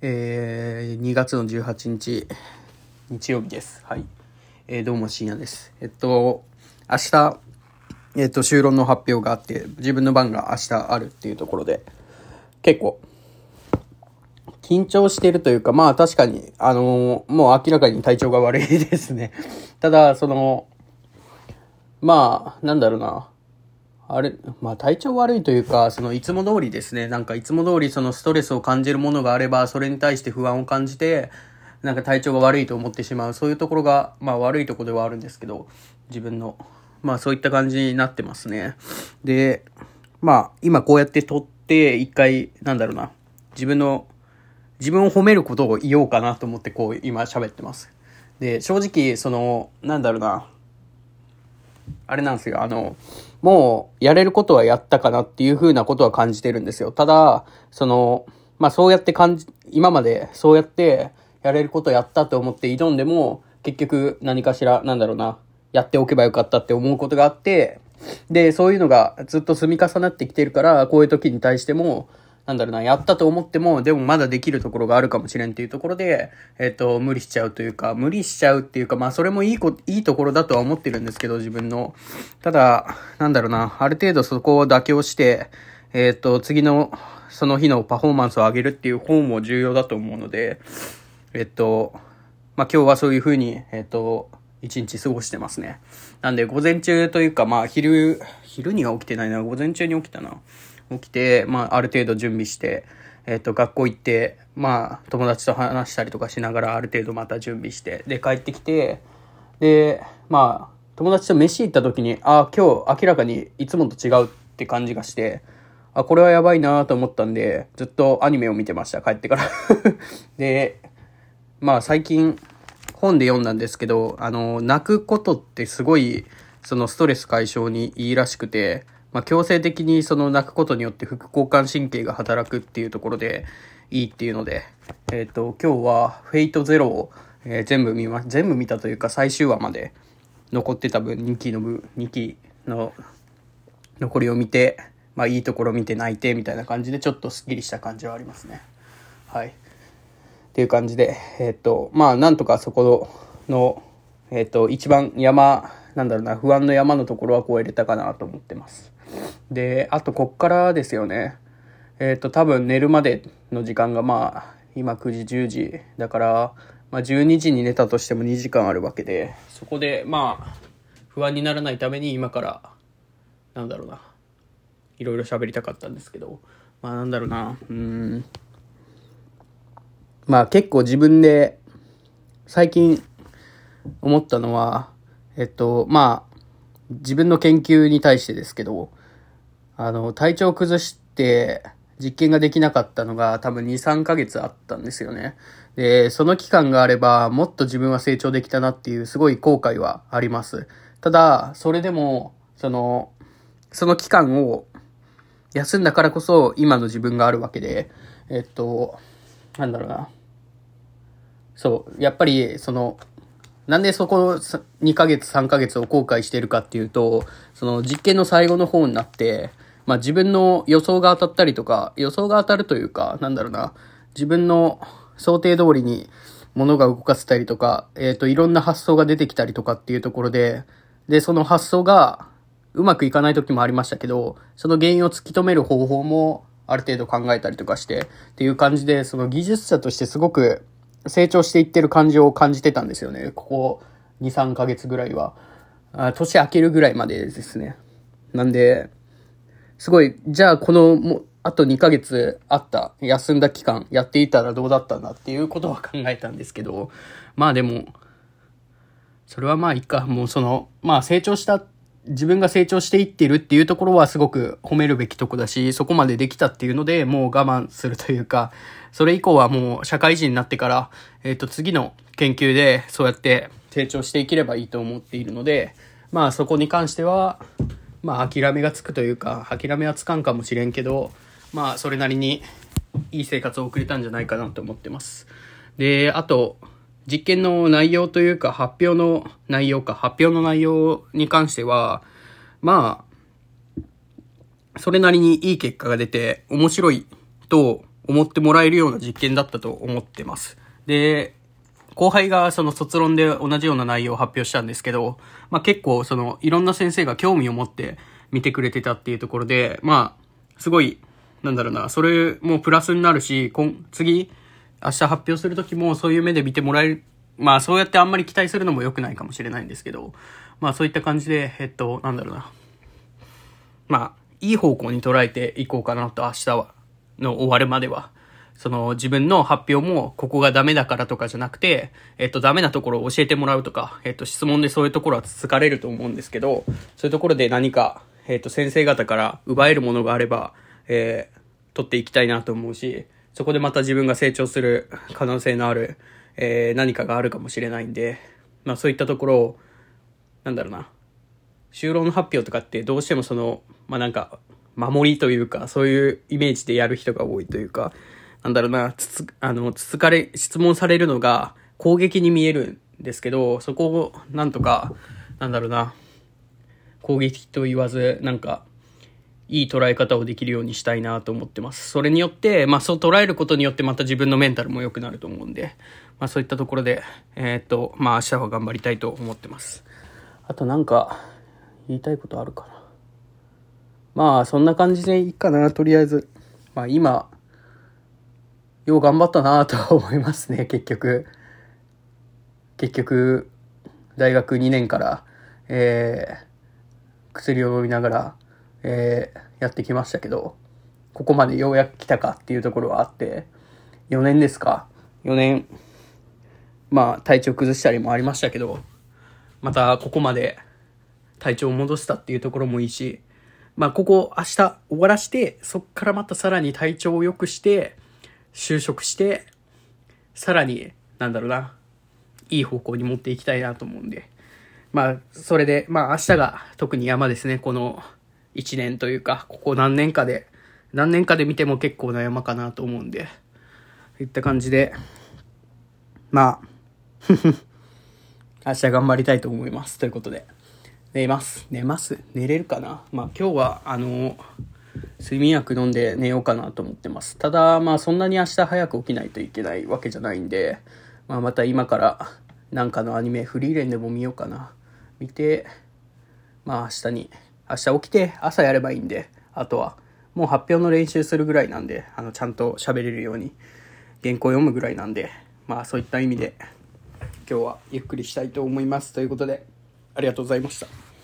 2月の18日、日曜日です。はい。どうも深夜です。明日、修論の発表があって、自分の番が明日あるっていうところで、結構、緊張してるというか、まあ確かに、もう明らかに体調が悪いですね。ただ、まあ、なんだろうな。体調悪いというか、いつも通りですね。いつも通りストレスを感じるものがあれば、それに対して不安を感じて、体調が悪いと思ってしまう。そういうところが、悪いところではあるんですけど、自分の。そういった感じになってますね。で、今こうやって撮って、一回、自分を褒めることを言おうかなと思って、今喋ってます。で、正直、あれなんですよ。もう、やれることはやったかなっていう風なことは感じてるんですよ。ただ、そうやって今までそうやってやれることやったと思って挑んでも、結局何かしら、やっておけばよかったって思うことがあって、で、そういうのがずっと積み重なってきてるから、こういう時に対しても、やったと思っても、でもまだできるところがあるかもしれんっていうところで、無理しちゃうっていうか、それもいいところだとは思ってるんですけど、自分の。ただ、ある程度そこを妥協して、次の、その日のパフォーマンスを上げるっていう方も重要だと思うので、今日はそういう風に、一日過ごしてますね。なんで、午前中というか、昼には起きてないな、午前中に起きたな。起きて、ある程度準備して、学校行って、友達と話したりとかしながらある程度また準備して、で、帰ってきて、で、友達と飯行った時に、今日明らかにいつもと違うって感じがして、これはやばいなと思ったんで、ずっとアニメを見てました、帰ってから。で、最近、本で読んだんですけど、泣くことってすごい、ストレス解消にいいらしくて、強制的に泣くことによって副交感神経が働くっていうところでいいっていうので、今日はフェイトゼロを、全部見たというか最終話まで残ってた分2期の残りを見て、いいところ見て泣いてみたいな感じでちょっとスッキリした感じはありますね。はい。っていう感じで、なんとかそこの、一番不安の山のところは越えれたかなと思ってます。で、あとこっからですよね。多分寝るまでの時間が今9時10時だから、12時に寝たとしても2時間あるわけで、そこで不安にならないために今からいろいろ喋りたかったんですけど、結構自分で最近思ったのは、自分の研究に対してですけど、体調を崩して実験ができなかったのが多分2、3ヶ月あったんですよね。で、その期間があればもっと自分は成長できたなっていうすごい後悔はあります。ただ、それでも、その期間を休んだからこそ今の自分があるわけで、やっぱりなんでそこ2ヶ月3ヶ月を後悔してるかっていうと、実験の最後の方になって、自分の予想が当たったりとか、予想が当たるというか、自分の想定通りに物が動かせたりとか、いろんな発想が出てきたりとかっていうところで、その発想がうまくいかない時もありましたけど、その原因を突き止める方法もある程度考えたりとかして、っていう感じで、技術者としてすごく成長していってる感じを感じてたんですよね。ここ2、3ヶ月ぐらいは。年明けるぐらいまでですね。なんで、すごい、じゃああと2ヶ月あった休んだ期間やっていたらどうだったんだっていうことは考えたんですけど、でも、それはいいか。もう自分が成長していってるっていうところはすごく褒めるべきとこだし、そこまでできたっていうので、もう我慢するというか、それ以降はもう社会人になってから、次の研究でそうやって成長していければいいと思っているので、そこに関しては、諦めがつくというか、諦めはつかんかもしれんけど、それなりにいい生活を送れたんじゃないかなと思ってます。で、あと、実験の内容というか、発表の内容に関しては、それなりにいい結果が出て面白いと思ってもらえるような実験だったと思ってます。で、後輩がその卒論で同じような内容を発表したんですけど、結構いろんな先生が興味を持って見てくれてたっていうところで、すごい、それもプラスになるし、次、明日発表するときもそういう目で見てもらえる、そうやってあんまり期待するのも良くないかもしれないんですけど、そういった感じで、いい方向に捉えていこうかなと、明日の終わるまでは。自分の発表も、ここがダメだからとかじゃなくて、ダメなところを教えてもらうとか、質問でそういうところはつつかれると思うんですけど、そういうところで何か、先生方から奪えるものがあれば、取っていきたいなと思うし、そこでまた自分が成長する可能性のある、何かがあるかもしれないんで、そういったところを、修論の発表とかってどうしても守りというか、そういうイメージでやる人が多いというか、質問されるのが攻撃に見えるんですけど、そこを攻撃と言わず、いい捉え方をできるようにしたいなと思ってます。それによって、そう捉えることによってまた自分のメンタルも良くなると思うんで、そういったところで、明日は頑張りたいと思ってます。あと言いたいことあるかな。そんな感じでいいかな、とりあえず。今、よう頑張ったなと思いますね、結局、大学2年から、薬を飲みながら、やってきましたけど、ここまでようやく来たかっていうところはあって、4年ですか。4年、体調崩したりもありましたけど、またここまで体調を戻したっていうところもいいし、ここ明日終わらして、そっからまたさらに体調を良くして、就職して、さらに、いい方向に持っていきたいなと思うんで。それで、明日が特に山ですね。この1年というか、ここ何年かで見ても結構な山かなと思うんで。いった感じで、明日頑張りたいと思います。ということで。寝れるかな。今日は、睡眠薬飲んで寝ようかなと思ってます。ただ、そんなに明日早く起きないといけないわけじゃないんで、また今からなんかのアニメ、フリーレンでも見ようかな。見て、明日起きて朝やればいいんで、あとはもう発表の練習するぐらいなんで、ちゃんと喋れるように原稿読むぐらいなんで、そういった意味で今日はゆっくりしたいと思います。ということで、ありがとうございました。